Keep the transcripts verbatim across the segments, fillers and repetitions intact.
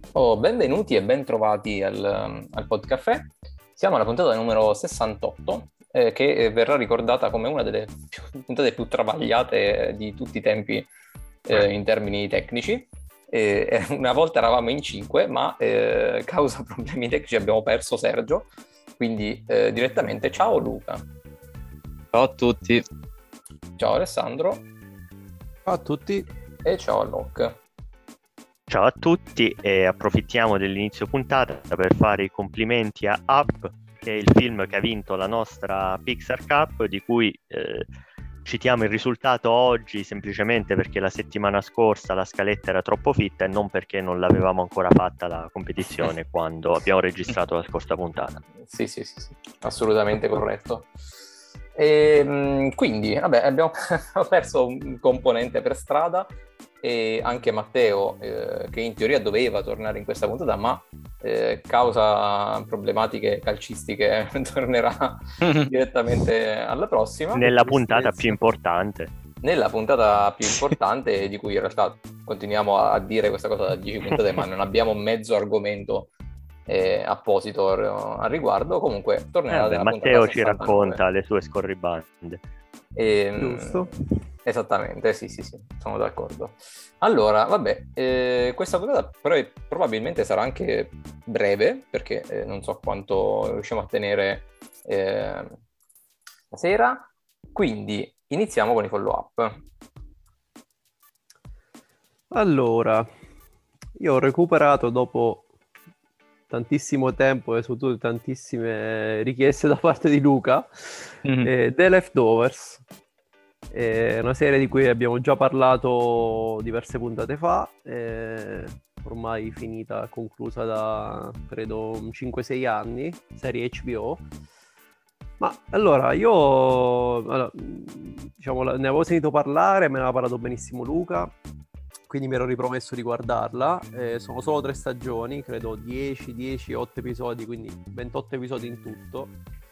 Oh, benvenuti e bentrovati al, al Podcaffè. Siamo alla puntata numero sessantotto, eh, che eh, verrà ricordata come una delle più- puntate più travagliate di tutti i tempi eh, in termini tecnici. Eh, eh, una volta eravamo in cinque, ma eh, causa problemi tecnici abbiamo perso Sergio. Quindi eh, direttamente ciao Luca, Ciao a tutti. ciao Alessandro Ciao a tutti. e ciao Locke. Ciao a tutti e approfittiamo dell'inizio puntata per fare i complimenti a Up, che è il film che ha vinto la nostra Pixar Cup, di cui eh, citiamo il risultato oggi semplicemente perché la settimana scorsa la scaletta era troppo fitta e non perché non l'avevamo ancora fatta la competizione quando abbiamo registrato la scorsa puntata. Sì, sì, sì, sì, assolutamente corretto. E, mh, quindi, vabbè, abbiamo perso un componente per strada e anche Matteo, eh, che in teoria doveva tornare in questa puntata, ma eh, causa problematiche calcistiche tornerà direttamente alla prossima. Nella puntata più importante. Nella puntata più importante, di cui in realtà continuiamo a dire questa cosa da dieci puntate, ma non abbiamo mezzo argomento eh, apposito al riguardo. Comunque tornerà Eh, beh, nella Matteo puntata ci racconta le sue scorribande. E, Giusto. Esattamente, sì, sì, sì, sono d'accordo. Allora, vabbè, eh, questa puntata però è- probabilmente sarà anche breve, perché eh, non so quanto riusciamo a tenere eh, stasera. Quindi iniziamo con i follow-up. Allora, io ho recuperato dopo tantissimo tempo e soprattutto tantissime richieste da parte di Luca, Mhm. eh, The Leftovers. È una serie di cui abbiamo già parlato diverse puntate fa, eh, ormai finita, conclusa da credo cinque sei anni, serie H B O. Ma allora, io allora, diciamo, ne avevo sentito parlare, me ne aveva parlato benissimo Luca, quindi mi ero ripromesso di guardarla. Eh, sono solo tre stagioni, credo dieci, dieci, otto episodi, quindi ventotto episodi in tutto.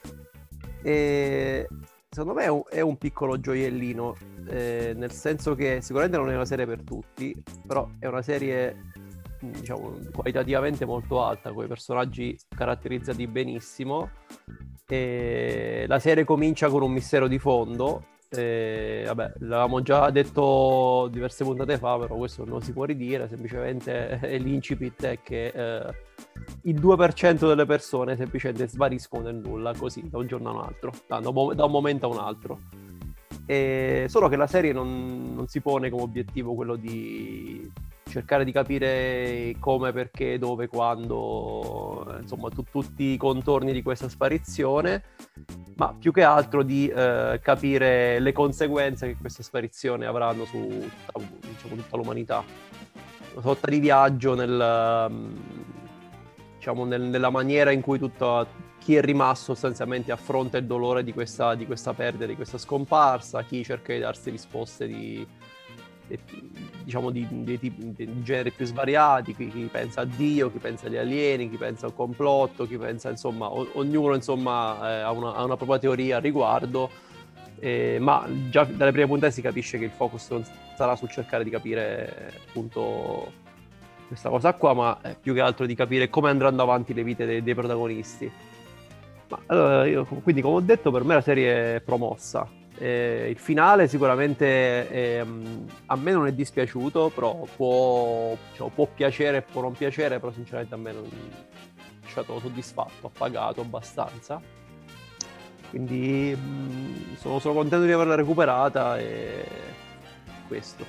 E secondo me è un, è un piccolo gioiellino, eh, nel senso che sicuramente non è una serie per tutti, però è una serie, diciamo, qualitativamente molto alta, con i personaggi caratterizzati benissimo. E la serie comincia con un mistero di fondo. E, vabbè, l'avevamo già detto diverse puntate fa, però questo non si può ridire, semplicemente l'incipit è che eh, il due per cento delle persone semplicemente spariscono nel nulla, così, da un giorno a un altro, da, da un momento a un altro. E solo che la serie non, non si pone come obiettivo quello di cercare di capire come, perché, dove, quando, insomma tu, tutti i contorni di questa sparizione, ma più che altro di eh, capire le conseguenze che questa sparizione avranno su tutta, diciamo, tutta l'umanità. Una sorta di viaggio nel, diciamo, nel, nella maniera in cui tutta, chi è rimasto sostanzialmente affronta il dolore di questa, di questa perdita, di questa scomparsa, chi cerca di darsi risposte di, di, diciamo di, di, di, di generi più svariati, chi, chi pensa a Dio, chi pensa agli alieni, chi pensa al complotto, chi pensa, insomma, o, ognuno insomma eh, ha, una, ha una propria teoria al riguardo, eh, ma già dalle prime puntate si capisce che il focus non sarà sul cercare di capire appunto questa cosa qua, ma è più che altro di capire come andranno avanti le vite dei, dei protagonisti. Ma allora, io, quindi, come ho detto, per me la serie è promossa. Eh, il finale sicuramente eh, a me non è dispiaciuto, però può, diciamo, può piacere e può non piacere, però sinceramente a me non è lasciato soddisfatto, appagato abbastanza. Quindi mh, sono, sono contento di averla recuperata e questo.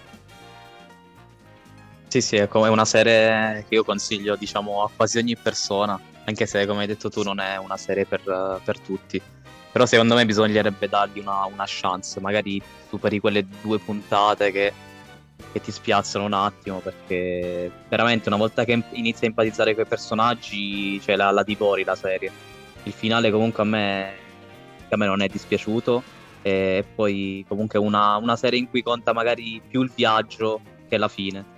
Sì, sì, è come una serie che io consiglio, diciamo, a quasi ogni persona, anche se, come hai detto tu, non è una serie per, per tutti. Però secondo me bisognerebbe dargli una, una chance, magari superi quelle due puntate che, che ti spiazzano un attimo, perché veramente una volta che inizi a empatizzare con i personaggi, cioè la, la divori la serie. Il finale comunque a me, a me non è dispiaciuto, e poi comunque una, una serie in cui conta magari più il viaggio che la fine.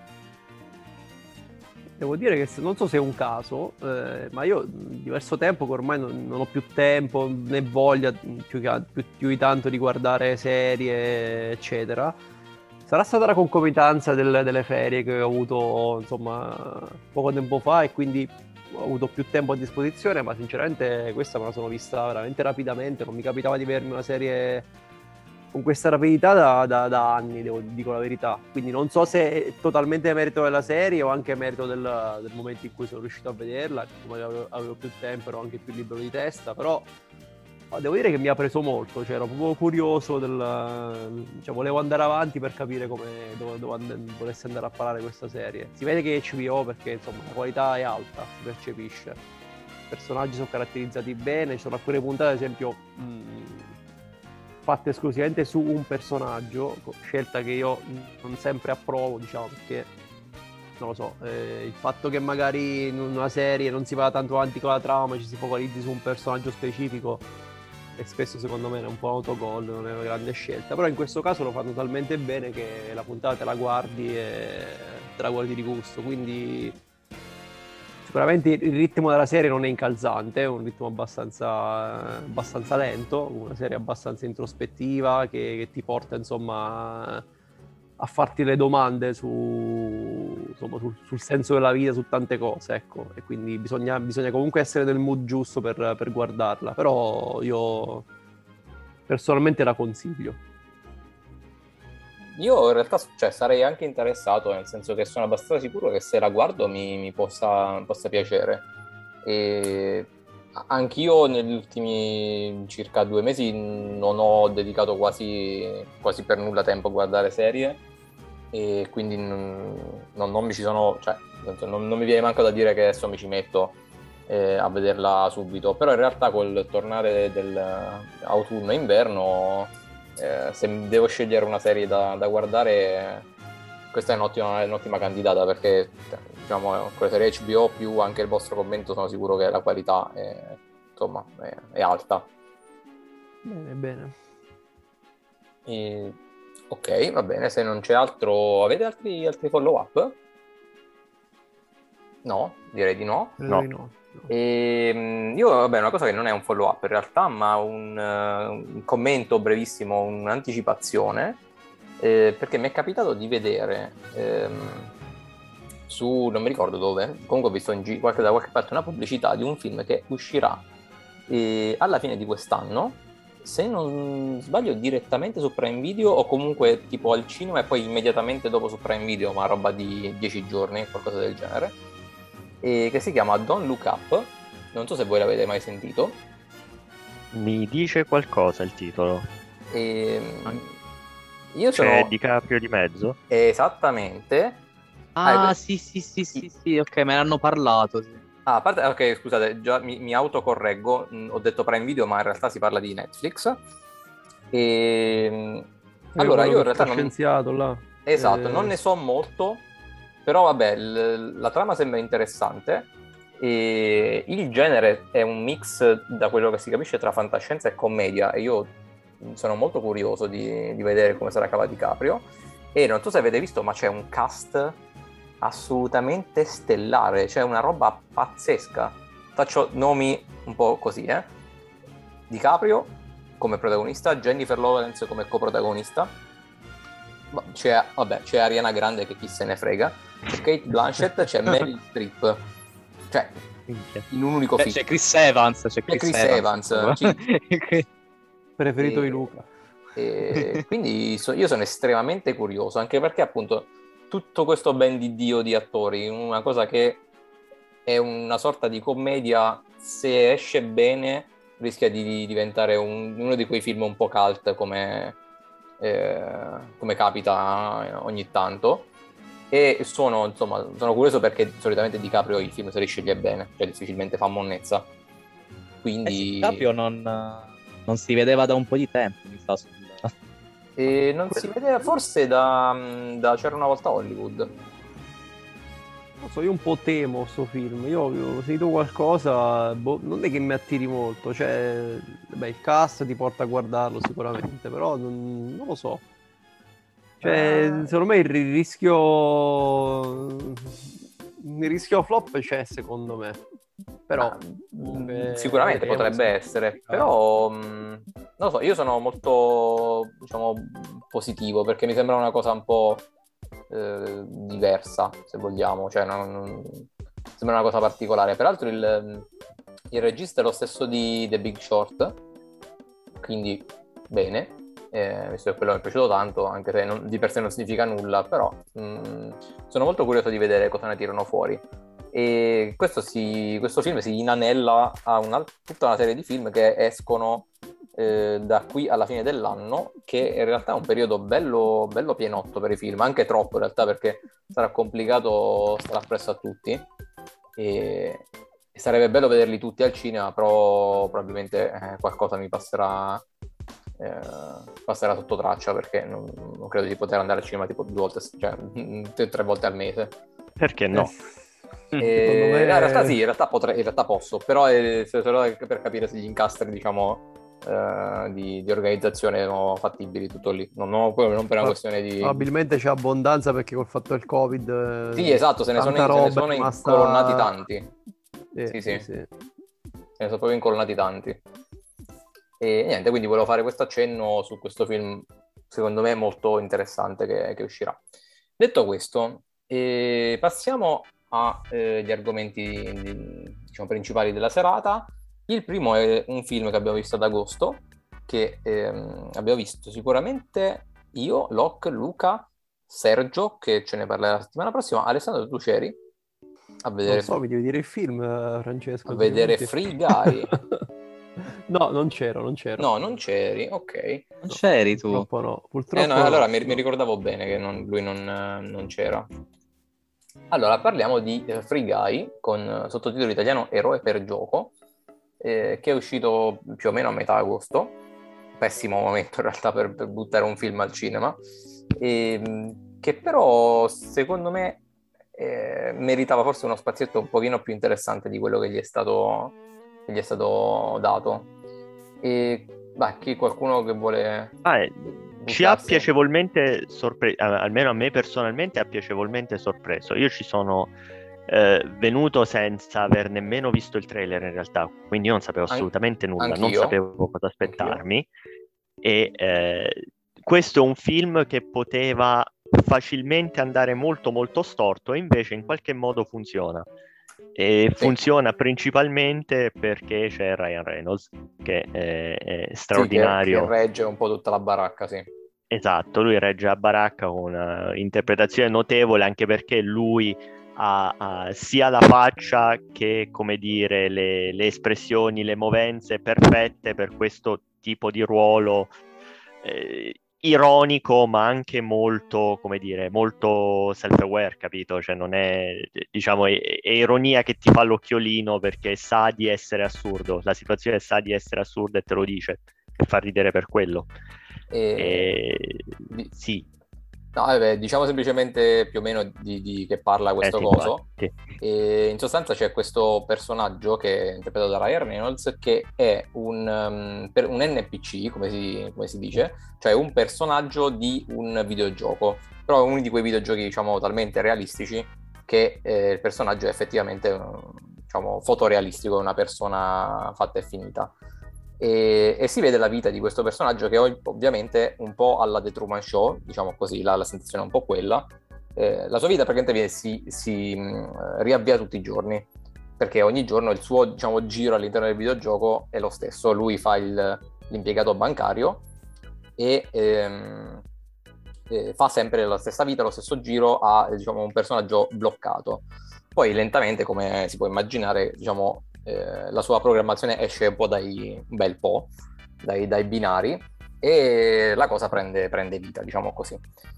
Devo dire che se, non so se è un caso, eh, ma io mh, diverso tempo che ormai non, non ho più tempo né voglia mh, più, che, più, più di tanto di guardare serie, eccetera. Sarà stata la concomitanza del- delle ferie che ho avuto, insomma, poco tempo fa e quindi ho avuto più tempo a disposizione, ma sinceramente questa me la sono vista veramente rapidamente, non mi capitava di vedermi una serie con questa rapidità da, da- da anni, devo, dico la verità. Quindi non so se è totalmente merito della serie o anche merito del, del momento in cui sono riuscito a vederla, come avevo, avevo più tempo, ero anche più libero di testa, però ma devo dire che mi ha preso molto, cioè ero proprio curioso del, cioè volevo andare avanti per capire come dove, dove and- volesse andare a parare questa serie. Si vede che è H B O perché insomma la qualità è alta, si percepisce. I personaggi sono caratterizzati bene, ci sono alcune puntate ad esempio mh, fatte esclusivamente su un personaggio, scelta che io non sempre approvo, diciamo, perché non lo so, eh, il fatto che magari in una serie non si vada tanto avanti con la trama, ci si focalizzi su un personaggio specifico e spesso secondo me è un po' autogol, non è una grande scelta, però in questo caso lo fanno talmente bene che la puntata te la guardi e te la guardi di gusto, quindi sicuramente il ritmo della serie non è incalzante, è un ritmo abbastanza, abbastanza lento, una serie abbastanza introspettiva che, che ti porta insomma a farti le domande su, insomma, sul, sul senso della vita, su tante cose, ecco, e quindi bisogna, bisogna comunque essere nel mood giusto per, per guardarla, però io personalmente la consiglio. Io in realtà cioè, sarei anche interessato, nel senso che sono abbastanza sicuro che se la guardo mi, mi possa, possa piacere. E anch'io negli ultimi circa due mesi non ho dedicato quasi, quasi per nulla tempo a guardare serie e quindi non, non- non mi ci sono, cioè, nel senso, non, non mi viene manco da dire che adesso mi ci metto eh, a vederla subito, però in realtà col tornare dell'autunno e inverno, eh, se devo scegliere una serie da, da guardare, questa è un'ottima, è un'ottima candidata perché diciamo, con le serie H B O più anche il vostro commento sono sicuro che la qualità è, insomma, è, è alta. Bene, bene. E- ok, va bene, se non c'è altro, avete altri, altri follow-up? No, direi di no. Credo No. di no. no. E, mh, io, vabbè, una cosa che non è un follow-up in realtà, ma un, eh, un commento brevissimo, un'anticipazione, eh, perché mi è capitato di vedere ehm, su, non mi ricordo dove, comunque ho visto in gi- qualche- da qualche parte una pubblicità di un film che uscirà eh, alla fine di quest'anno, se non sbaglio direttamente su Prime Video o comunque tipo al cinema e poi immediatamente dopo su Prime Video, ma roba di dieci giorni, qualcosa del genere, e che si chiama Don't Look Up. Non so se voi l'avete mai sentito. Mi dice qualcosa il titolo? E, io C'è sono DiCaprio di mezzo? esattamente. Ah, Ah, que- sì, sì, sì, sì, sì, ok, me ne hanno parlato. Sì. ah, a parte, ok, scusate, già mi, mi autocorreggo, mh, ho detto Prime Video, ma in realtà si parla di Netflix. E, È allora, quello io in che realtà sta non, scienziato là. esatto, Eh, non ne so molto, però vabbè, l- la trama sembra interessante. E il genere è un mix, da quello che si capisce, tra fantascienza e commedia, e io sono molto curioso di, di vedere come sarà Cava DiCaprio. E non so se avete visto, ma c'è un cast assolutamente stellare, c'è una roba pazzesca. Faccio nomi un po' così, eh. DiCaprio come protagonista, Jennifer Lawrence come coprotagonista. Ma C'è, vabbè, c'è Ariana Grande che chi se ne frega, c'è Kate Blanchett, c'è Meryl Streep, cioè Minchia. in un unico C'è, film. c'è Chris Evans, c'è C'è Chris, Chris Evans. Evans, insomma. ci- preferito E- di Luca. e quindi so- io sono estremamente curioso, anche perché appunto tutto questo ben di Dio di attori, una cosa che è una sorta di commedia, se esce bene rischia di diventare un- uno di quei film un po' cult come, eh, come capita ogni tanto. E sono, insomma, sono curioso perché solitamente DiCaprio i film se li sceglie bene, cioè difficilmente fa monnezza. Eh sì, Quindi Caprio non, non si vedeva da un po' di tempo, mi sa. sul- e non si vedeva forse da, da C'era una volta Hollywood. Non so, io un po' temo sto film. Io ho sentito qualcosa, boh, non è che mi attiri molto. Cioè, beh, il cast ti porta a guardarlo sicuramente, però non, non lo so. Cioè, Ah, secondo me il ri- rischio. Il rischio flop c'è, secondo me. però Ah, comunque, sicuramente vedremo potrebbe se- essere, però mh, non lo so, io sono molto, diciamo, positivo perché mi sembra una cosa un po' eh, diversa, se vogliamo, cioè non, non- sembra una cosa particolare. Peraltro il, il regista è lo stesso di The Big Short, quindi bene, eh, visto che quello mi è piaciuto tanto, anche se non- di per sé non significa nulla, però mh, sono molto curioso di vedere cosa ne tirano fuori. E questo, si, questo film si inanella a una, tutta una serie di film che escono eh, da qui alla fine dell'anno, che in realtà è un periodo bello, bello pienotto per i film, anche troppo in realtà, perché sarà complicato stare appresso a tutti e, e sarebbe bello vederli tutti al cinema, però probabilmente eh, qualcosa mi passerà eh, passerà sotto traccia, perché non, non credo di poter andare al cinema tipo due volte, cioè tre, tre volte al mese. Perché no? Eh, E- secondo me- no, in realtà sì, in realtà, potrei, in realtà posso, però è solo per capire se gli incastri, diciamo, eh, di, di organizzazione sono fattibili, tutto lì. Non, non, poi non per una Ma- questione di... Probabilmente c'è abbondanza perché col fatto del Covid eh, Sì, esatto, se ne sono, tanta se ne roba sono è incolonnati rimasta... tanti. Sì, Sì, sì, sì. sì. Se ne sono proprio incolonnati tanti. E niente, quindi volevo fare questo accenno su questo film, secondo me molto interessante, che, che uscirà. Detto questo, eh, passiamo agli argomenti di- diciamo, principali della serata. Il primo è un film che abbiamo visto ad agosto, che ehm, abbiamo visto sicuramente io, Locke, Luca, Sergio, che ce ne parlerà la settimana prossima, Alessandro, tu c'eri a Non vedere, so, mi devi dire il film, eh, Francesco. a vedere altrimenti- Free Guy. No, non c'ero, non c'ero. No, non c'eri, ok. Non No, c'eri tu? Purtroppo no. Purtroppo Eh no, allora mi, no. mi ricordavo bene che non- lui non, eh, non c'era. Allora, parliamo di eh, Free Guy, con eh, sottotitolo italiano Eroe per gioco, eh, che è uscito più o meno a metà agosto. Pessimo momento in realtà per, per buttare un film al cinema, e, che però secondo me eh, meritava forse uno spazietto un pochino più interessante di quello che gli è stato, che gli è stato dato. E beh, chi qualcuno che vuole Ah, eh, ci ha buttarsi? piacevolmente sorpreso, almeno a me personalmente ha piacevolmente sorpreso. Io ci sono eh, venuto senza aver nemmeno visto il trailer in realtà, quindi io non sapevo An- assolutamente nulla, non anch'io. sapevo cosa aspettarmi. E eh, questo è un film che poteva facilmente andare molto molto storto e invece in qualche modo funziona. E Sì. funziona principalmente perché c'è Ryan Reynolds che è, è Sì, che, straordinario. che regge un po' tutta la baracca, sì. Esatto, lui regge la baracca con una interpretazione notevole, anche perché lui ha, ha sia la faccia che, come dire, le, le espressioni, le movenze perfette per questo tipo di ruolo eh, ironico, ma anche molto, come dire, molto self-aware, capito? Cioè non è, diciamo, è, è ironia che ti fa l'occhiolino perché sa di essere assurdo, la situazione sa di essere assurda e te lo dice, e fa ridere per quello. E... E... Sì. No, vabbè, diciamo semplicemente più o meno di, di che parla questo Eh sì, coso. infatti. E in sostanza c'è questo personaggio che è interpretato da Ryan Reynolds, che è un, um, per, un N P C, come si, come si dice, cioè un personaggio di un videogioco, però uno di quei videogiochi, diciamo, talmente realistici che eh, il personaggio è effettivamente, diciamo, fotorealistico, è una persona fatta e finita. E, e si vede la vita di questo personaggio che ov- ovviamente un po' alla The Truman Show, diciamo così, la, la sensazione è un po' quella. Eh, la sua vita praticamente viene, si, si mh, riavvia tutti i giorni, perché ogni giorno il suo, diciamo, giro all'interno del videogioco è lo stesso. Lui fa il, l'impiegato bancario e ehm, eh, fa sempre la stessa vita, lo stesso giro, a, diciamo, un personaggio bloccato. Poi lentamente, come si può immaginare, diciamo, eh, la sua programmazione esce un po' dai, un bel po' dai, dai binari e la cosa prende, prende vita, diciamo così.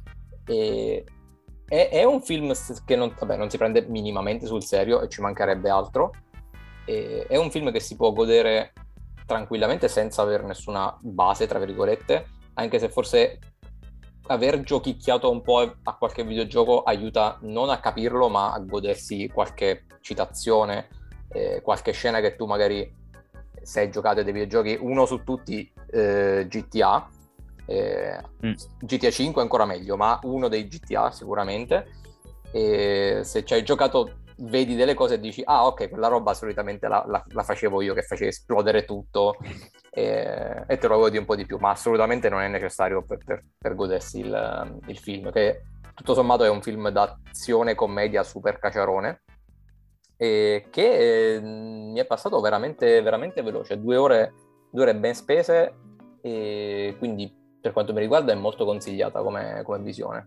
E, è, è un film che non, vabbè, non si prende minimamente sul serio, e ci mancherebbe altro. E, è un film che si può godere tranquillamente senza avere nessuna base, tra virgolette, anche se forse aver giochicchiato un po' a qualche videogioco aiuta non a capirlo, ma a godersi qualche citazione, eh, qualche scena che tu magari, se hai giocato dei videogiochi, uno su tutti, eh, G T A, eh, Mm. G T A cinque è ancora meglio, ma uno dei G T A sicuramente. E se ci hai giocato vedi delle cose e dici ah ok, quella roba solitamente la, la, la facevo io, che facevo esplodere tutto e, e te lo godi un po' di più, ma assolutamente non è necessario per, per, per godersi il, il film, che tutto sommato è un film d'azione commedia super caciarone e che eh, mi è passato veramente, veramente veloce, due ore, due ore ben spese, e quindi per quanto mi riguarda è molto consigliata come, come visione.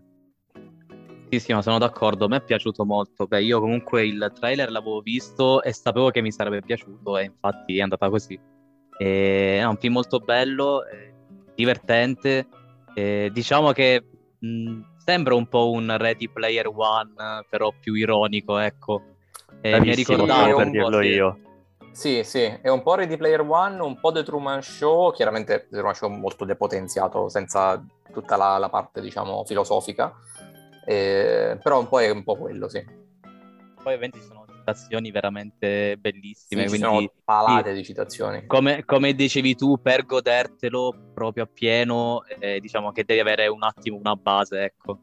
Sì, sì, ma sono d'accordo, a me è piaciuto molto. Beh, io comunque il trailer l'avevo visto e sapevo che mi sarebbe piaciuto e infatti è andata così. E, è un film molto bello, eh, divertente, eh, diciamo che mh, sembra un po' un Ready Player One, però più ironico, ecco. E mi ha Bravissimo, Sì, stavo è ricordato per un un po', dirlo sì. io. Sì, sì, è un po' Ready Player One, un po' The Truman Show, chiaramente The Truman Show molto depotenziato, senza tutta la, la parte, diciamo, filosofica, eh, però un po' è un po' quello, sì. Poi ovviamente ci sono citazioni veramente bellissime, Sì, ci quindi sono palate sì, di citazioni. come, come dicevi tu, per godertelo proprio appieno, eh, diciamo che devi avere un attimo una base, ecco.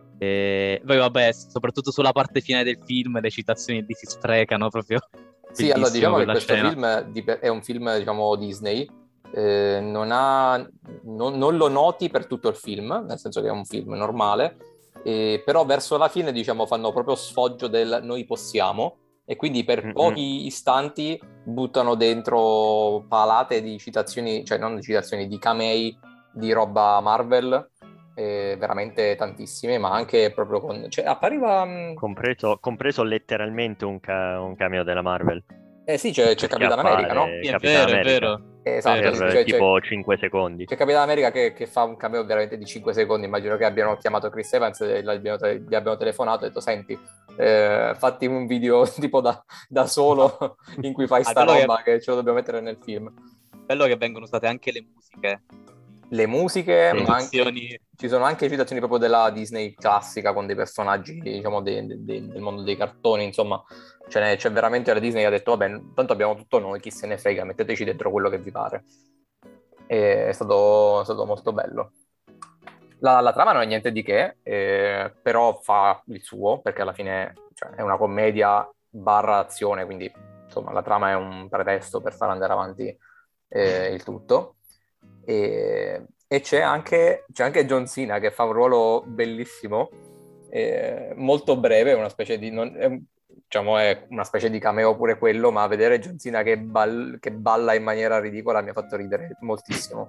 E poi vabbè, soprattutto sulla parte finale del film, le citazioni lì si sprecano proprio. Sì, allora Bellissima diciamo che quella questo scena. film di- è un film, diciamo, Disney, eh, non ha, non, non lo noti per tutto il film, nel senso che è un film normale, eh, però verso la fine, diciamo, fanno proprio sfoggio del noi possiamo, e quindi per Mm-mm. pochi istanti buttano dentro palate di citazioni, cioè non di citazioni, di camei di roba Marvel, eh, veramente tantissime, ma anche proprio con... Cioè, appariva... mh, Compreso, compreso letteralmente un, ca- un cameo della Marvel, Eh sì, c'è, c'è perché Capitan America, no? appare Sì, è Capitan vero, è America vero. Esatto, Vero. sì, per c'è, c'è, tipo cinque secondi. c'è Capitan America che, che fa un cameo veramente di cinque secondi. Immagino che abbiano chiamato Chris Evans e gli abbiano, te- gli abbiano telefonato e detto senti, eh, fatti un video tipo da, da solo in cui fai Ah, sta quello che, roba che ce lo dobbiamo mettere nel film. bello che vengono usate anche le musiche, Le musiche, Sì. ma anche, citazioni. ci sono anche citazioni proprio della Disney classica con dei personaggi, diciamo, de- de- de- del mondo dei cartoni, insomma, ce n'è, c'è veramente la Disney che ha detto, vabbè, tanto abbiamo tutto noi, chi se ne frega, metteteci dentro quello che vi pare. E è stato, è stato molto bello. La, la trama non è niente di che, eh, però fa il suo, perché alla fine cioè, è una commedia barra azione, quindi insomma la trama è un pretesto per far andare avanti eh, il tutto. E, e c'è anche, c'è anche John Cena che fa un ruolo bellissimo, eh, molto breve, una specie di... Non, è, diciamo è una specie di cameo pure quello, ma vedere John Cena che, ball- che balla in maniera ridicola mi ha fatto ridere moltissimo.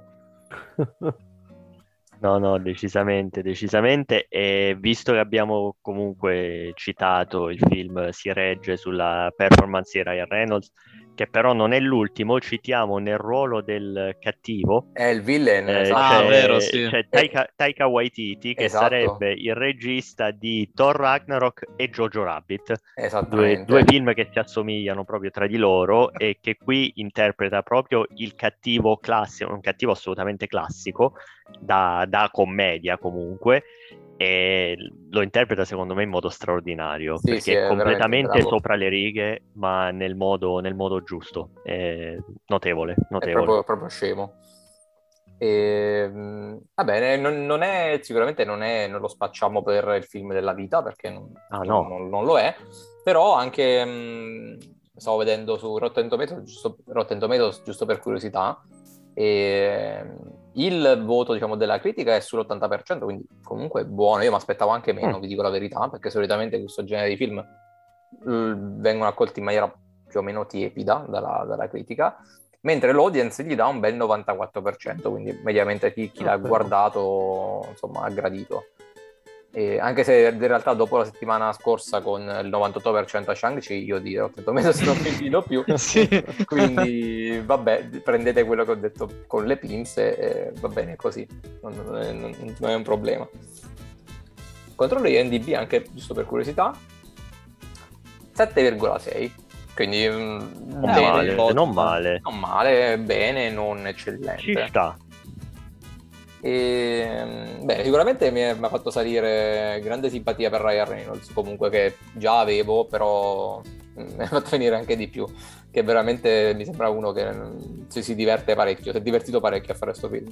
No, no, decisamente, decisamente. E visto che abbiamo comunque citato il film si regge sulla performance di Ryan Reynolds, che però non è l'ultimo, citiamo nel ruolo del cattivo. È il villain, Eh, esatto. Ah, c'è, vero, sì. c'è Taika, Taika Waititi, che Esatto. sarebbe il regista di Thor Ragnarok e Jojo Rabbit, due, Esattamente. due film che si assomigliano proprio tra di loro e che qui interpreta proprio il cattivo classico, un cattivo assolutamente classico, da, da commedia comunque, e lo interpreta secondo me in modo straordinario, Sì, perché sì, è è veramente completamente bravo. sopra le righe, ma nel modo, nel modo giusto. È notevole, È notevole. proprio, proprio scemo. E, mh, va bene, non, non è, sicuramente non, è, non lo spacciamo per il film della vita, perché non, Ah, non- no. non- non lo è, però anche, mh, stavo vedendo su Rotten Tomatoes, giusto, Rotten Tomatoes, giusto per curiosità, e mh, il voto, diciamo, della critica è sull'ottanta per cento, quindi comunque è buono. Io mi aspettavo anche meno, Mm. vi dico la verità, perché solitamente questo genere di film mh, vengono accolti in maniera più o meno tiepida dalla, dalla critica, mentre l'audience gli dà un bel novantaquattro per cento, quindi mediamente chi, chi Ah, l'ha però. guardato insomma ha gradito. E anche se in realtà dopo la settimana scorsa con il novantotto per cento a Shang-Chi, io di Rotten Tomatoes non mi fido più, Sì. quindi vabbè, prendete quello che ho detto con le pinze e va bene così, non, non è, non- non è un problema. Controllo I M D B anche giusto per curiosità, sette virgola sei, quindi mm, Non bene, male, voto, non eh. male. non male, bene, non Ci eccellente. sta. E, beh, sicuramente mi, è- mi ha fatto salire grande simpatia per Ryan Reynolds, comunque che già avevo, però mm, mi ha fatto venire anche di più, che veramente mi sembra uno che mm, si, si diverte parecchio, si è divertito parecchio a fare questo film.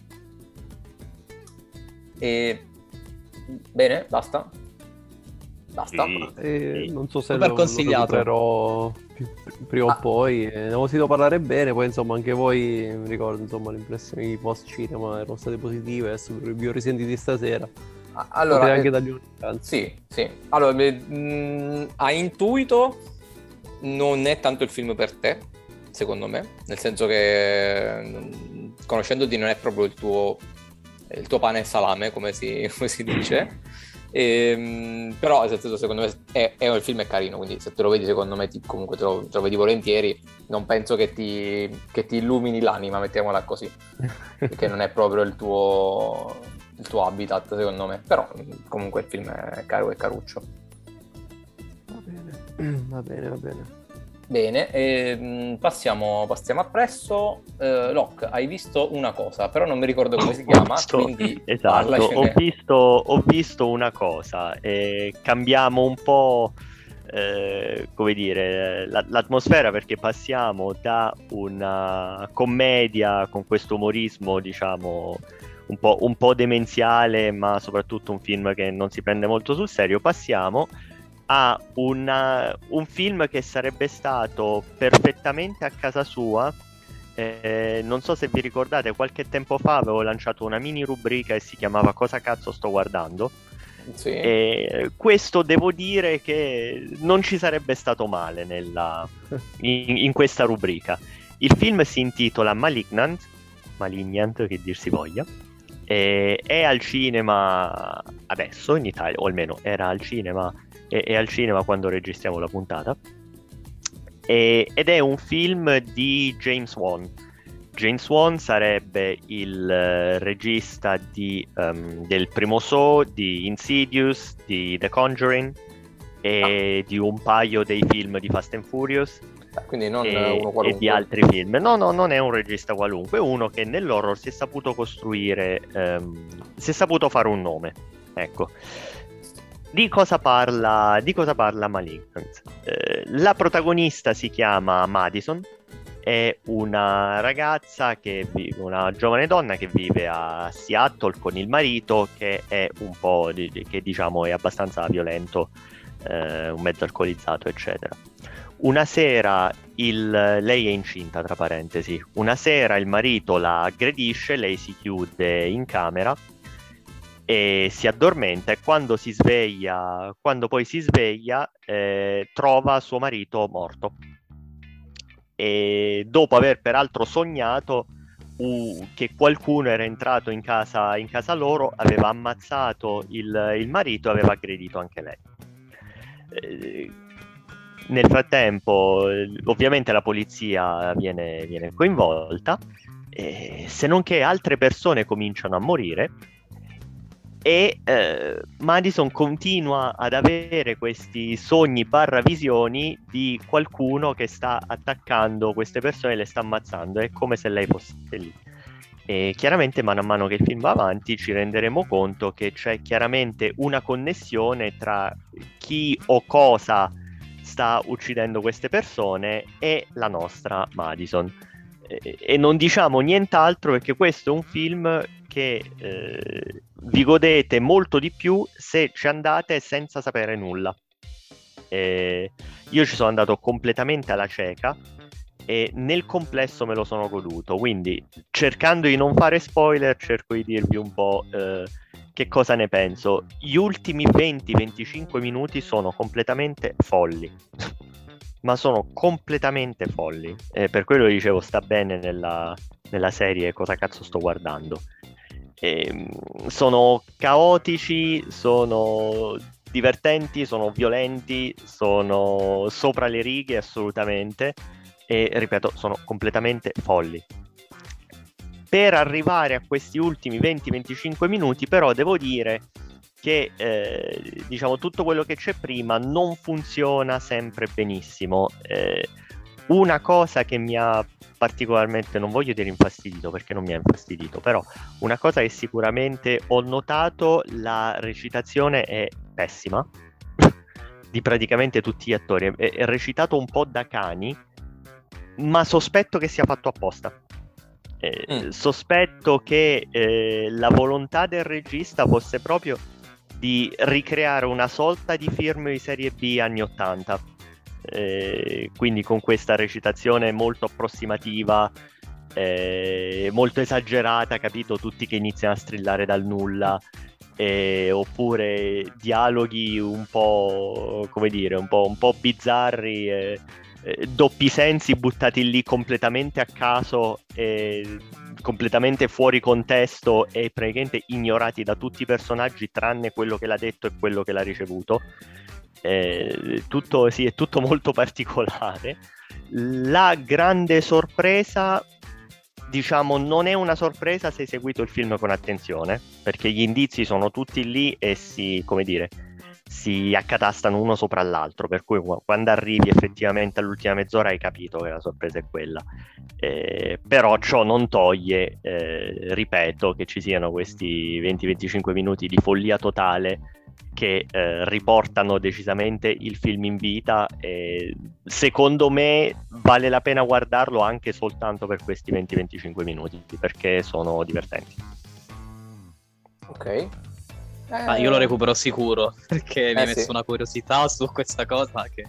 E bene, basta. Basta. Sì, E sì. non so se Super lo, lo consigliato. recupererò più- prima o Ah. poi. Eh, ne avevo sentito parlare bene, poi insomma anche voi, mi ricordo, insomma, le impressioni post cinema erano state positive, adesso vi ho risentiti stasera. A- Allora, Potrei anche eh, dargli una chance. sì, sì. Allora, beh, mh, a intuito non è tanto il film per te, secondo me, nel senso che mh, conoscendoti non è proprio il tuo, il tuo pane e salame, come si, come si dice. Ehm, però nel senso, secondo me è, è, il film è carino, quindi se te lo vedi secondo me ti, comunque te lo, te lo vedi volentieri. Non penso che ti, che ti illumini l'anima, mettiamola così, perché non è proprio il tuo, il tuo habitat, secondo me. Però comunque il film è caro e caruccio. Va bene, va bene, va bene. Bene, e, passiamo, passiamo appresso. Uh, Locke, hai visto una cosa, però non mi ricordo come si chiama, Visto, quindi esatto, parlacene. ho visto, ho visto una cosa, e cambiamo un po', eh, come dire, la, l'atmosfera, perché passiamo da una commedia con questo umorismo, diciamo, un po', un po' demenziale, ma soprattutto un film che non si prende molto sul serio, passiamo a una, un film che sarebbe stato perfettamente a casa sua. Eh, non so se vi ricordate, qualche tempo fa avevo lanciato una mini rubrica e si chiamava Cosa cazzo sto guardando? Sì. E questo devo dire che non ci sarebbe stato male nella, in, in questa rubrica. Il film si intitola Malignant, Malignant che dir si voglia, e è al cinema adesso in Italia, o almeno era al cinema, è, è al cinema quando registriamo la puntata. E, ed è un film di James Wan. James Wan sarebbe il uh, regista di, um, del primo Saw, di Insidious, di The Conjuring e ah. di un paio dei film di Fast and Furious. Quindi non e, uno qualunque. E di altri film. No, no, non è un regista qualunque, è uno che nell'horror si è saputo costruire, um, si è saputo fare un nome. Ecco. Di cosa parla, di cosa parla Malignant? Eh, la protagonista si chiama Madison, è una ragazza che vive, una giovane donna che vive a Seattle con il marito che è un po' di, che diciamo è abbastanza violento, eh, un mezzo alcolizzato, eccetera. Una sera il, lei è incinta, tra parentesi. Una sera il marito la aggredisce, lei si chiude in camera e si addormenta, e quando si sveglia, quando poi si sveglia, eh, trova suo marito morto. E dopo aver peraltro sognato uh, che qualcuno era entrato in casa, in casa loro, aveva ammazzato il, il marito e aveva aggredito anche lei. Eh, nel frattempo, ovviamente la polizia viene, viene coinvolta, eh, se non che altre persone cominciano a morire. E eh, Madison continua ad avere questi sogni barra visioni di qualcuno che sta attaccando queste persone e le sta ammazzando, è come se lei fosse lì. E chiaramente man mano che il film va avanti ci renderemo conto che c'è chiaramente una connessione tra chi o cosa sta uccidendo queste persone e la nostra Madison. E, e non diciamo nient'altro, perché questo è un film che eh, vi godete molto di più se ci andate senza sapere nulla. E io ci sono andato completamente alla cieca e nel complesso me lo sono goduto, quindi cercando di non fare spoiler cerco di dirvi un po' eh, che cosa ne penso. Gli ultimi venti venticinque minuti sono completamente folli ma sono completamente folli, eh, per quello dicevo sta bene nella, nella serie Cosa cazzo sto guardando. E, sono caotici, sono divertenti, sono violenti, sono sopra le righe assolutamente, e ripeto, sono completamente folli. Per arrivare a questi ultimi venti venticinque minuti però devo dire che eh, diciamo tutto quello che c'è prima non funziona sempre benissimo. Eh, una cosa che mi ha particolarmente, non voglio dire infastidito perché non mi ha infastidito, però una cosa che sicuramente ho notato, la recitazione è pessima di praticamente tutti gli attori, è, è recitato un po' da cani, ma sospetto che sia fatto apposta. Eh, mm. Sospetto che eh, la volontà del regista fosse proprio di ricreare una sorta di film di serie B anni ottanta, eh, quindi con questa recitazione molto approssimativa, eh, molto esagerata, capito? Tutti che iniziano a strillare dal nulla, eh, oppure dialoghi un po', come dire, un po', un po' bizzarri, eh, eh, doppi sensi buttati lì completamente a caso, eh, completamente fuori contesto e praticamente ignorati da tutti i personaggi tranne quello che l'ha detto e quello che l'ha ricevuto. Eh, tutto, sì, è tutto molto particolare. La grande sorpresa, diciamo, non è una sorpresa se hai seguito il film con attenzione, perché gli indizi sono tutti lì e si, come dire, si accatastano uno sopra l'altro, per cui quando arrivi effettivamente all'ultima mezz'ora hai capito che la sorpresa è quella. Eh, però ciò non toglie, eh, ripeto, che ci siano questi venti venticinque minuti di follia totale che eh, riportano decisamente il film in vita, e secondo me vale la pena guardarlo anche soltanto per questi venti venticinque minuti, perché sono divertenti. Ok. Eh... Ah, io lo recupero sicuro, perché eh, mi hai messo sì. una curiosità su questa cosa che...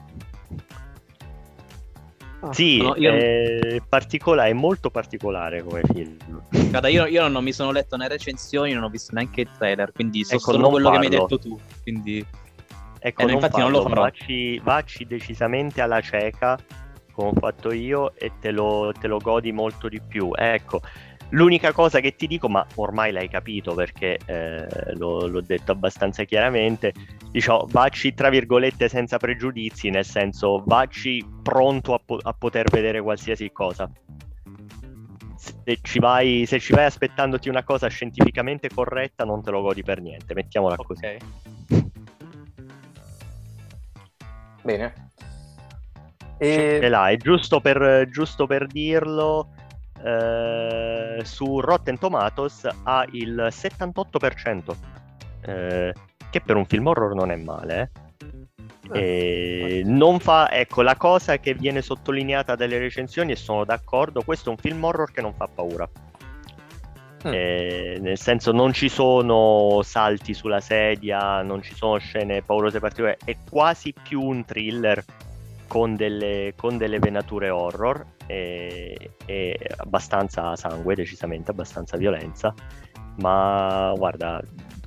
Sì, no, io... è particolare, è molto particolare come film. Guarda, io, io non mi sono letto né recensioni, non ho visto neanche il trailer, quindi so ecco, solo quello farlo. che mi hai detto tu. Quindi, ecco, eh, non infatti farlo. non lo farò. Vacci, vacci decisamente alla cieca, come ho fatto io, e te lo, te lo godi molto di più. Ecco, l'unica cosa che ti dico, ma ormai l'hai capito perché eh, lo, l'ho detto abbastanza chiaramente, diciamo, vacci tra virgolette senza pregiudizi, nel senso vacci pronto a, po- a poter vedere qualsiasi cosa. Se ci vai, se ci vai aspettandoti una cosa scientificamente corretta, non te lo godi per niente, mettiamola Ok. così. Bene. Ce E... l'hai, giusto per, giusto per dirlo, eh, su Rotten Tomatoes ha il settantotto per cento, eh, che per un film horror non è male, eh. E non fa, ecco, la cosa che viene sottolineata dalle recensioni, e sono d'accordo, questo è un film horror che non fa paura. Mm. Eh, nel senso, non ci sono salti sulla sedia, non ci sono scene paurose particolari, è quasi più un thriller con delle, con delle venature horror e, e abbastanza sangue, decisamente abbastanza violenza, ma guarda,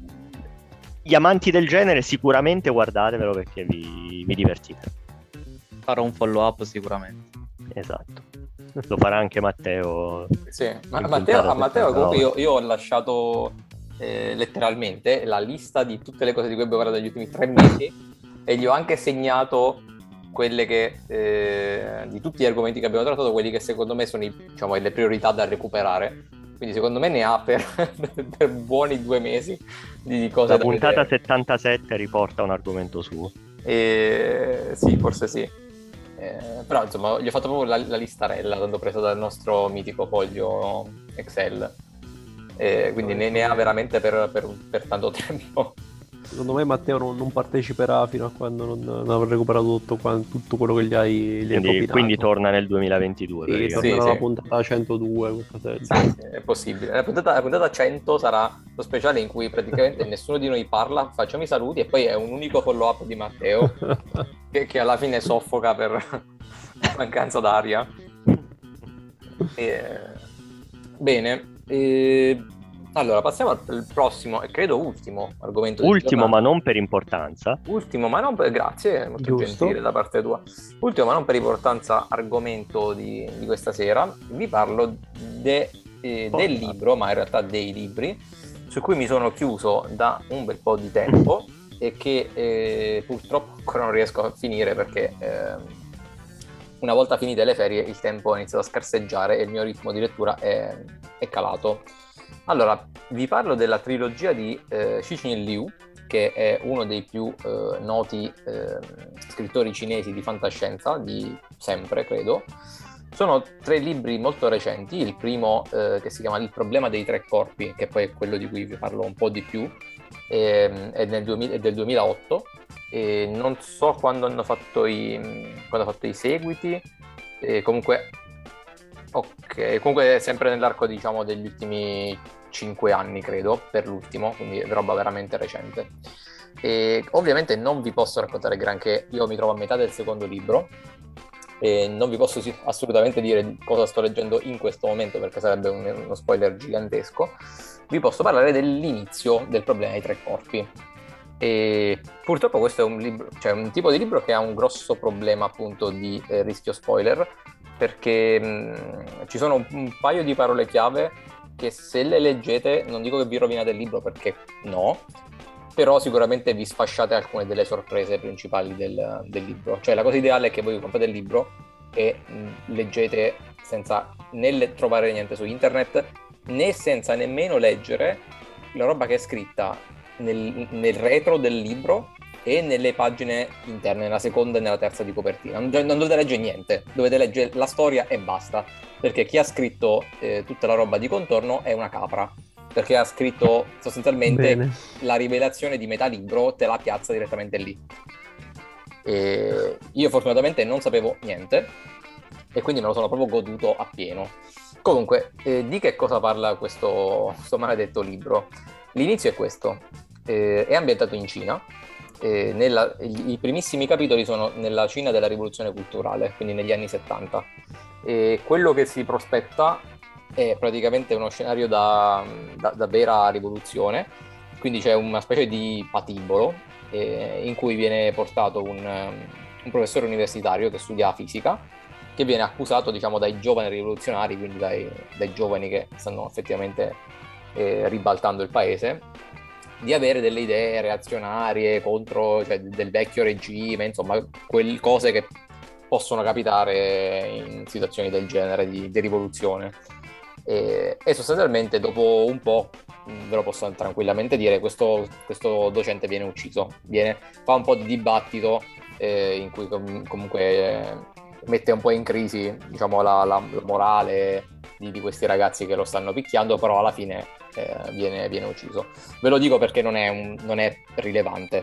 gli amanti del genere sicuramente guardatevelo perché vi, vi divertite. Farò un follow up sicuramente. Esatto, lo farà anche Matteo. Sì, ma Matteo, a Matteo comunque io, io ho lasciato eh, letteralmente la lista di tutte le cose di cui abbiamo parlato negli ultimi tre mesi e gli ho anche segnato quelle che eh, di tutti gli argomenti che abbiamo trattato, quelli che secondo me sono i, diciamo, le priorità da recuperare. Quindi secondo me ne ha per, per buoni due mesi di cose la da puntata vedere. settantasette riporta un argomento suo. E... sì, forse sì. Eh, però insomma gli ho fatto proprio la, la listarella, tanto presa dal nostro mitico foglio Excel. E quindi ne, ne ha veramente per, per, per tanto tempo. Secondo me Matteo non, non parteciperà fino a quando non, non avrà recuperato tutto, tutto quello che gli hai, gli hai Quindi, propinato. quindi torna nel duemilaventidue. Sì, tornerà sì, alla sì. puntata centodue, qualcosa del Sì, sì, è possibile. La puntata, la puntata cento sarà lo speciale in cui praticamente nessuno di noi parla, facciamo i saluti e poi è un unico follow up di Matteo che, che alla fine soffoca per mancanza d'aria. E... bene. E... allora, passiamo al prossimo e credo ultimo argomento. Ultimo, ma non per importanza. Ultimo, ma non per... grazie, molto Giusto. gentile da parte tua. Ultimo, ma non per importanza, argomento di, di questa sera. Vi parlo de, eh, del libro, ma in realtà dei libri, su cui mi sono chiuso da un bel po' di tempo e che eh, purtroppo ancora non riesco a finire perché eh, una volta finite le ferie il tempo ha iniziato a scarseggiare e il mio ritmo di lettura è, è calato. Allora, vi parlo della trilogia di eh, Cixin Liu, che è uno dei più eh, noti eh, scrittori cinesi di fantascienza, di sempre, credo. Sono tre libri molto recenti, il primo eh, che si chiama Il problema dei tre corpi, che poi è quello di cui vi parlo un po' di più, eh, è, nel duemila, è del duemilaotto, e non so quando hanno fatto i, quando hanno fatto i seguiti, e comunque... ok, comunque è sempre nell'arco, diciamo, degli ultimi cinque anni, credo, per l'ultimo, quindi è roba veramente recente. E ovviamente non vi posso raccontare granché, io mi trovo a metà del secondo libro e non vi posso assolutamente dire cosa sto leggendo in questo momento perché sarebbe un, uno spoiler gigantesco. Vi posso parlare dell'inizio del problema dei tre corpi. E purtroppo questo è un libro, cioè un tipo di libro che ha un grosso problema appunto di eh, rischio spoiler, perché mh, ci sono un, un paio di parole chiave che se le leggete, non dico che vi rovinate il libro perché no, però sicuramente vi sfasciate alcune delle sorprese principali del, del libro. Cioè la cosa ideale è che voi comprate il libro e mh, leggete senza né le- trovare niente su internet, né senza nemmeno leggere la roba che è scritta nel, nel retro del libro e nelle pagine interne, nella seconda e nella terza di copertina. Non, non dovete leggere niente, dovete leggere la storia e basta, perché chi ha scritto eh, tutta la roba di contorno è una capra, perché ha scritto sostanzialmente Bene. la rivelazione di metà libro, te la piazza direttamente lì. E io fortunatamente non sapevo niente e quindi me lo sono proprio goduto appieno. Comunque, eh, di che cosa parla questo, questo maledetto libro? L'inizio è questo, eh, è ambientato in Cina, eh, nella, i, i primissimi capitoli sono nella Cina della rivoluzione culturale, quindi negli anni settanta. E quello che si prospetta è praticamente uno scenario da, da, da vera rivoluzione, quindi c'è una specie di patibolo eh, in cui viene portato un, un professore universitario che studia fisica, che viene accusato, diciamo, dai giovani rivoluzionari, quindi dai, dai giovani che stanno effettivamente eh, ribaltando il paese, di avere delle idee reazionarie contro, cioè, del vecchio regime, insomma, quelle cose che possono capitare in situazioni del genere di, di rivoluzione. E, e sostanzialmente dopo un po', ve lo posso tranquillamente dire, questo, questo docente viene ucciso, viene, fa un po' di dibattito eh, in cui com- comunque eh, mette un po' in crisi, diciamo, la, la, la morale di, di questi ragazzi che lo stanno picchiando, però alla fine eh, viene, viene ucciso. Ve lo dico perché non è, un, non è rilevante.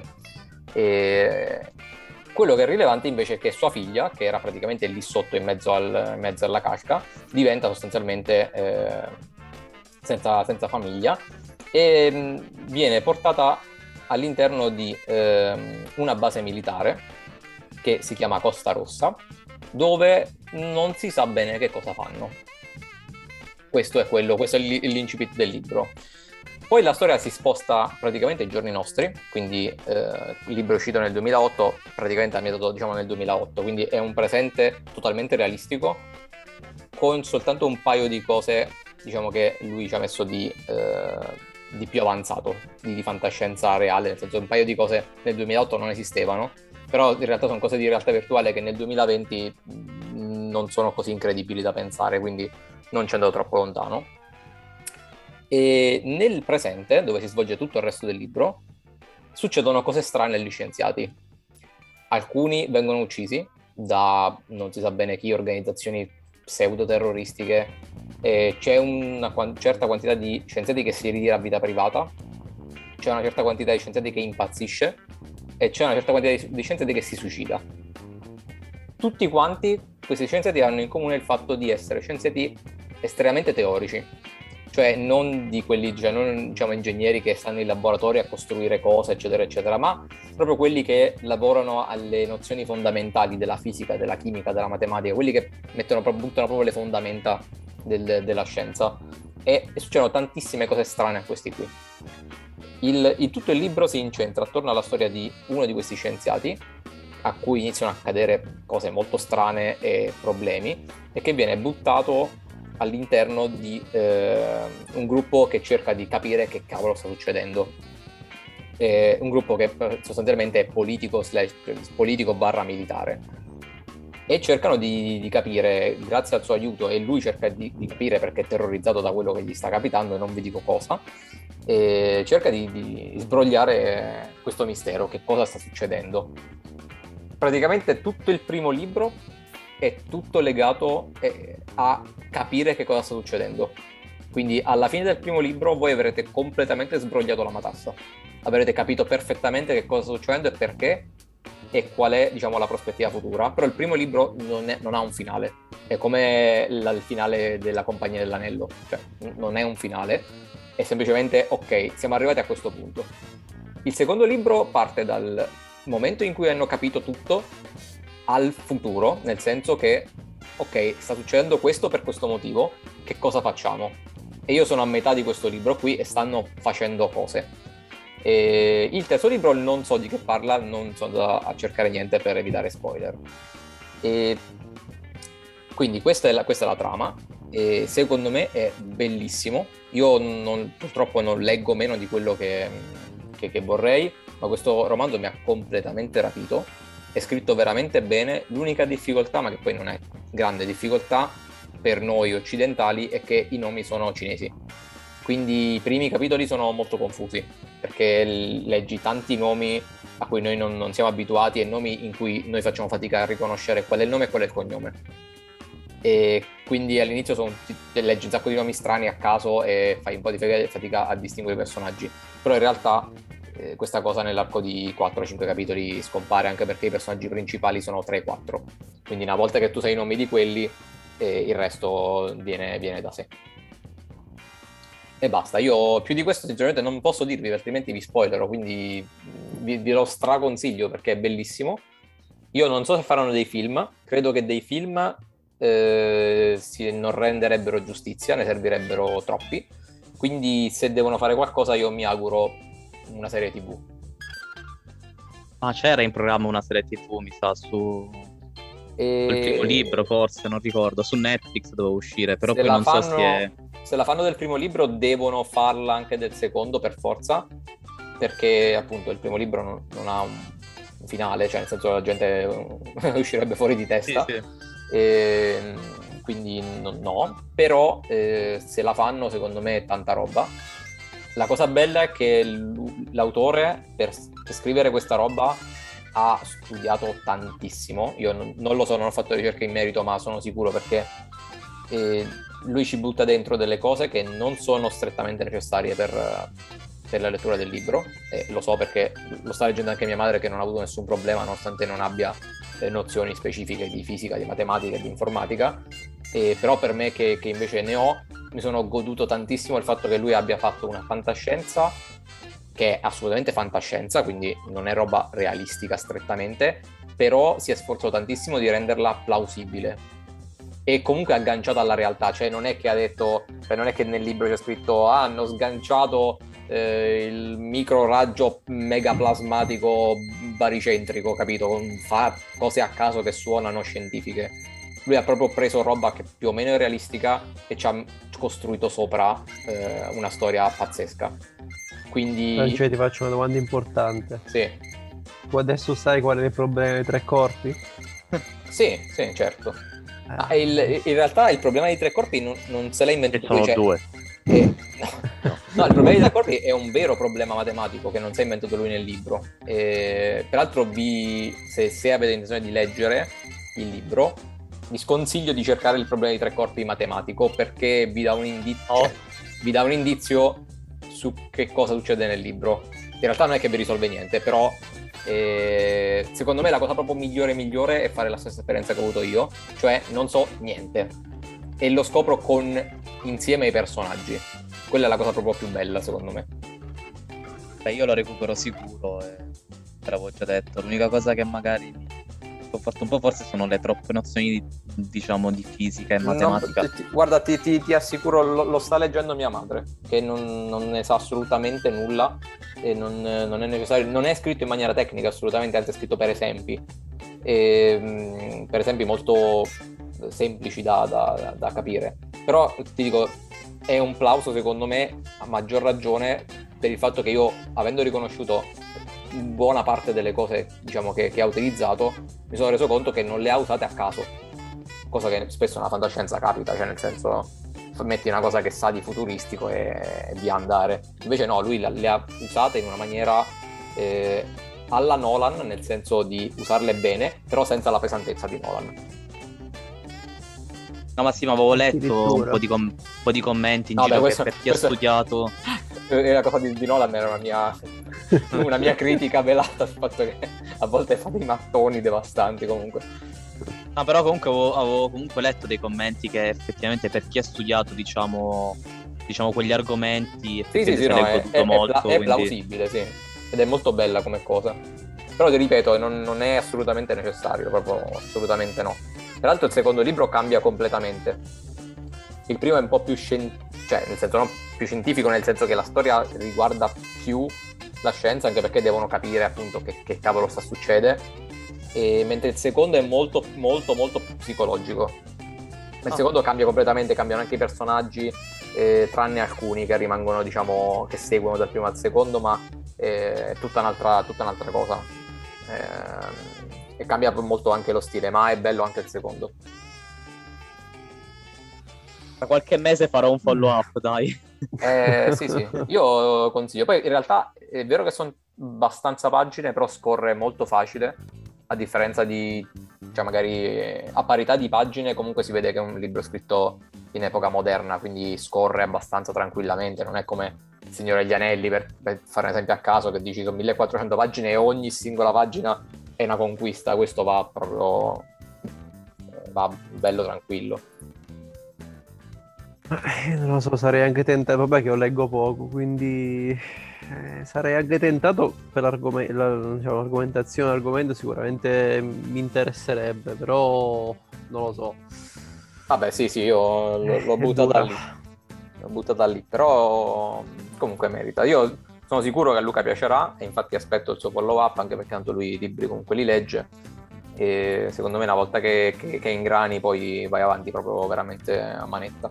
E quello che è rilevante invece è che sua figlia, che era praticamente lì sotto in mezzo, al, in mezzo alla casca, diventa sostanzialmente eh, senza, senza famiglia e mh, viene portata all'interno di eh, una base militare che si chiama Costa Rossa, dove non si sa bene che cosa fanno. Questo è quello, questo è l'incipit del libro. Poi la storia si sposta praticamente ai giorni nostri, quindi eh, il libro è uscito nel duemilaotto, praticamente ambientato, diciamo, nel duemilaotto, quindi è un presente totalmente realistico, con soltanto un paio di cose, diciamo, che lui ci ha messo di, eh, di più avanzato, di, di fantascienza reale, nel senso un paio di cose nel duemilaotto non esistevano, però in realtà sono cose di realtà virtuale che nel duemilaventi mh, non sono così incredibili da pensare, quindi non ci andavo troppo lontano. E nel presente, dove si svolge tutto il resto del libro, succedono cose strane agli scienziati. Alcuni vengono uccisi da non si sa bene chi, organizzazioni pseudo-terroristiche. E c'è una qu- certa quantità di scienziati che si ritira a vita privata, c'è una certa quantità di scienziati che impazzisce e c'è una certa quantità di, di scienziati che si suicida. Tutti quanti questi scienziati hanno in comune il fatto di essere scienziati estremamente teorici, cioè non di quelli, cioè non, diciamo, ingegneri che stanno in laboratorio a costruire cose, eccetera, eccetera, ma proprio quelli che lavorano alle nozioni fondamentali della fisica, della chimica, della matematica, quelli che mettono, buttano proprio le fondamenta del, della scienza. E, e succedono tantissime cose strane a questi qui. Il, il, tutto il libro si incentra attorno alla storia di uno di questi scienziati, a cui iniziano a accadere cose molto strane e problemi, e che viene buttato all'interno di eh, un gruppo che cerca di capire che cavolo sta succedendo. È un gruppo che sostanzialmente è politico, slash, politico barra militare, e cercano di, di capire, grazie al suo aiuto, e lui cerca di, di capire perché è terrorizzato da quello che gli sta capitando, e non vi dico cosa, e cerca di, di sbrogliare questo mistero, che cosa sta succedendo. Praticamente tutto il primo libro è tutto legato eh, a capire che cosa sta succedendo. Quindi alla fine del primo libro voi avrete completamente sbrogliato la matassa, avrete capito perfettamente che cosa sta succedendo e perché e qual è, diciamo, la prospettiva futura. Però il primo libro non, è, non ha un finale, è come la, il finale della Compagnia dell'Anello, cioè non è un finale, è semplicemente ok, siamo arrivati a questo punto. Il secondo libro parte dal momento in cui hanno capito tutto al futuro, nel senso che, ok, sta succedendo questo per questo motivo, che cosa facciamo? E io sono a metà di questo libro qui e stanno facendo cose. E il terzo libro non so di che parla, non so da a cercare niente per evitare spoiler. E quindi questa è la, questa è la trama, e secondo me è bellissimo. Io non, purtroppo non leggo meno di quello che, che, che vorrei, ma questo romanzo mi ha completamente rapito. È scritto veramente bene. L'unica difficoltà, ma che poi non è grande difficoltà per noi occidentali, è che i nomi sono cinesi. Quindi i primi capitoli sono molto confusi, perché leggi tanti nomi a cui noi non, non siamo abituati e nomi in cui noi facciamo fatica a riconoscere qual è il nome e qual è il cognome. E quindi all'inizio sono, leggi un sacco di nomi strani a caso e fai un po' di fatica a distinguere i personaggi. Però in realtà eh, questa cosa nell'arco di quattro cinque capitoli scompare, anche perché i personaggi principali sono tre quattro. Quindi una volta che tu sai i nomi di quelli, eh, il resto viene, viene da sé. E basta, io più di questo sinceramente non posso dirvi, altrimenti vi spoilerò, quindi vi, vi lo straconsiglio perché è bellissimo. Io non so se faranno dei film, credo che dei film eh, si, non renderebbero giustizia, ne servirebbero troppi, quindi se devono fare qualcosa io mi auguro una serie tivù. Ma c'era in programma una serie tivù, mi sa, su... E... il primo libro forse, non ricordo, su Netflix doveva uscire, però se poi non fanno, so se è... se la fanno del primo libro devono farla anche del secondo per forza, perché appunto il primo libro non, non ha un finale, cioè nel senso la gente uscirebbe fuori di testa. Sì, sì. E, quindi no, no. Però eh, se la fanno secondo me è tanta roba. La cosa bella è che l'autore per, per scrivere questa roba ha studiato tantissimo. Io non, non lo so, non ho fatto ricerche in merito, ma sono sicuro perché eh, lui ci butta dentro delle cose che non sono strettamente necessarie per, per la lettura del libro, e lo so perché lo sta leggendo anche mia madre, che non ha avuto nessun problema nonostante non abbia eh, nozioni specifiche di fisica, di matematica e di informatica. E però per me che, che invece ne ho, mi sono goduto tantissimo il fatto che lui abbia fatto una fantascienza che è assolutamente fantascienza, quindi non è roba realistica strettamente, però si è sforzato tantissimo di renderla plausibile e comunque agganciata alla realtà. Cioè non è che ha detto, cioè non è che nel libro c'è scritto ah, hanno sganciato eh, il microraggio megaplasmatico baricentrico, capito? Fa cose a caso che suonano scientifiche. Lui ha proprio preso roba che più o meno è realistica e ci ha costruito sopra eh, una storia pazzesca. Quindi... Francesco, ti faccio una domanda importante. Sì. Tu adesso sai qual è il problema dei tre corpi? Sì, sì, certo. Ah, il, in realtà il problema dei tre corpi non, non se l'ha inventato lui. Sono cioè, due. È, no, no, il problema dei tre corpi è un vero problema matematico che non si è inventato lui nel libro. E, peraltro, vi, se, se avete intenzione di leggere il libro, vi sconsiglio di cercare il problema dei tre corpi matematico, perché vi dà un indizio, Oh. cioè, vi dà un indizio su che cosa succede nel libro. In realtà non è che vi risolve niente, però eh, secondo me la cosa proprio migliore migliore è fare la stessa esperienza che ho avuto io, cioè non so niente e lo scopro con insieme ai personaggi. Quella è la cosa proprio più bella secondo me. Beh, io lo recupero sicuro, e te l'avevo già detto. L'unica cosa che magari mi sconforta un po' forse sono le troppe nozioni di, diciamo di fisica e matematica. Non, ti, guarda, ti, ti, ti assicuro, lo, lo sta leggendo mia madre, che non, non ne sa assolutamente nulla e non, non è necessario, non è scritto in maniera tecnica assolutamente, anzi è scritto per esempi, e, per esempi molto semplici da, da, da capire. Però ti dico, è un plauso secondo me a maggior ragione per il fatto che io, avendo riconosciuto buona parte delle cose diciamo che, che ha utilizzato, mi sono reso conto che non le ha usate a caso, cosa che spesso nella fantascienza capita, cioè nel senso metti una cosa che sa di futuristico e, e via andare. Invece no, lui le ha usate in una maniera eh, alla Nolan, nel senso di usarle bene, però senza la pesantezza di Nolan. No, ma sì, ma avevo letto un po' di, com- un po' di commenti in No, giro beh, questo, che per chi questo... ha studiato... La cosa di, di Nolan era una mia, una mia critica velata sul fatto che a volte fa dei mattoni devastanti comunque. No, però comunque avevo, avevo comunque letto dei commenti che effettivamente per chi ha studiato diciamo, diciamo quegli argomenti sì, sì, sì, se no, l'è è, goduto è, molto, è, pla- è quindi... plausibile, sì. ed è molto bella come cosa. Però ti ripeto, non, non è assolutamente necessario, proprio assolutamente no. Tra l'altro il secondo libro cambia completamente. Il primo è un po' più scientifico, cioè nel senso non più scientifico, nel senso che la storia riguarda più la scienza, anche perché devono capire appunto che, che cavolo sta succede, e, mentre il secondo è molto molto molto più psicologico. Il Ah. secondo cambia completamente, cambiano anche i personaggi, eh, tranne alcuni che rimangono, diciamo, che seguono dal primo al secondo, ma eh, è tutta un'altra, tutta un'altra cosa. Eh, e cambia molto anche lo stile, ma è bello anche il secondo. Tra qualche mese farò un follow up, dai. Eh, sì, sì, io consiglio. Poi in realtà è vero che sono abbastanza pagine, però scorre molto facile, a differenza di, cioè magari a parità di pagine comunque si vede che è un libro scritto in epoca moderna, quindi scorre abbastanza tranquillamente, non è come Il Signore degli Anelli, per, per fare un esempio a caso, che dici sono millequattrocento pagine e ogni singola pagina è una conquista. Questo va proprio, va bello tranquillo. Eh, non lo so, sarei anche tentato, vabbè che io leggo poco, quindi eh, sarei anche tentato per l'argome- la, diciamo, l'argomentazione, l'argomento sicuramente mi interesserebbe, però non lo so. Vabbè, sì, sì, io l- l'ho È buttata dura. lì, l'ho buttata lì, però comunque merita. Io sono sicuro che a Luca piacerà e infatti aspetto il suo follow up, anche perché tanto lui i libri comunque li legge e secondo me una volta che, che, che ingrani poi vai avanti proprio veramente a manetta.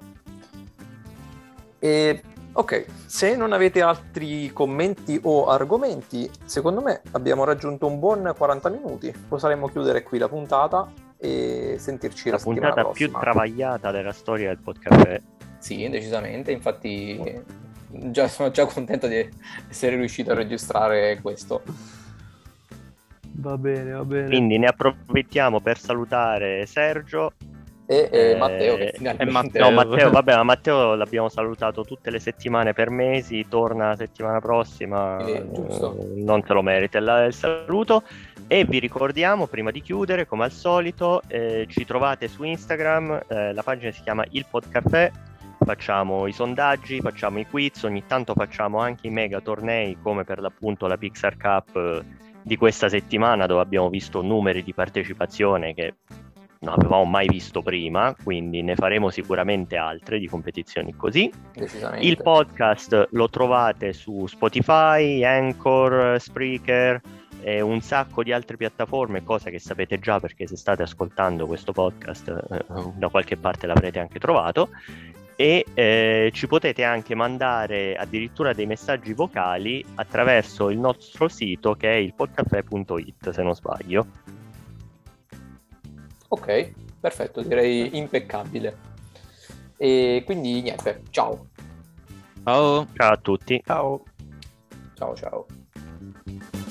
E, ok, se non avete altri commenti o argomenti, secondo me abbiamo raggiunto un buon quaranta minuti. Potremmo chiudere qui la puntata e sentirci la, La settimana puntata più prossima. travagliata della storia del podcast. Sì, decisamente, infatti già, sono già contento di essere riuscito a registrare questo. Va bene, va bene. Quindi ne approfittiamo per salutare Sergio E, e eh, Matteo che e finalmente... Matteo. No, Matteo, vabbè, ma Matteo l'abbiamo salutato tutte le settimane per mesi, torna la settimana prossima, Quindi, giusto. eh, non se lo merita il, il saluto. E vi ricordiamo, prima di chiudere, come al solito, eh, ci trovate su Instagram, eh, la pagina si chiama Il Podcaffè, facciamo i sondaggi, facciamo i quiz, ogni tanto facciamo anche i mega tornei come per l'appunto la Pixar Cup eh, di questa settimana, dove abbiamo visto numeri di partecipazione che non avevamo mai visto prima, quindi ne faremo sicuramente altre di competizioni così. Decisamente. Il podcast lo trovate su Spotify, Anchor, Spreaker e un sacco di altre piattaforme, cosa che sapete già perché se state ascoltando questo podcast eh, da qualche parte l'avrete anche trovato. E eh, ci potete anche mandare addirittura dei messaggi vocali attraverso il nostro sito che è il podcaffè punto it, se non sbaglio. Ok, perfetto, direi impeccabile. E quindi niente, ciao. Ciao. Ciao a tutti. Ciao. Ciao ciao.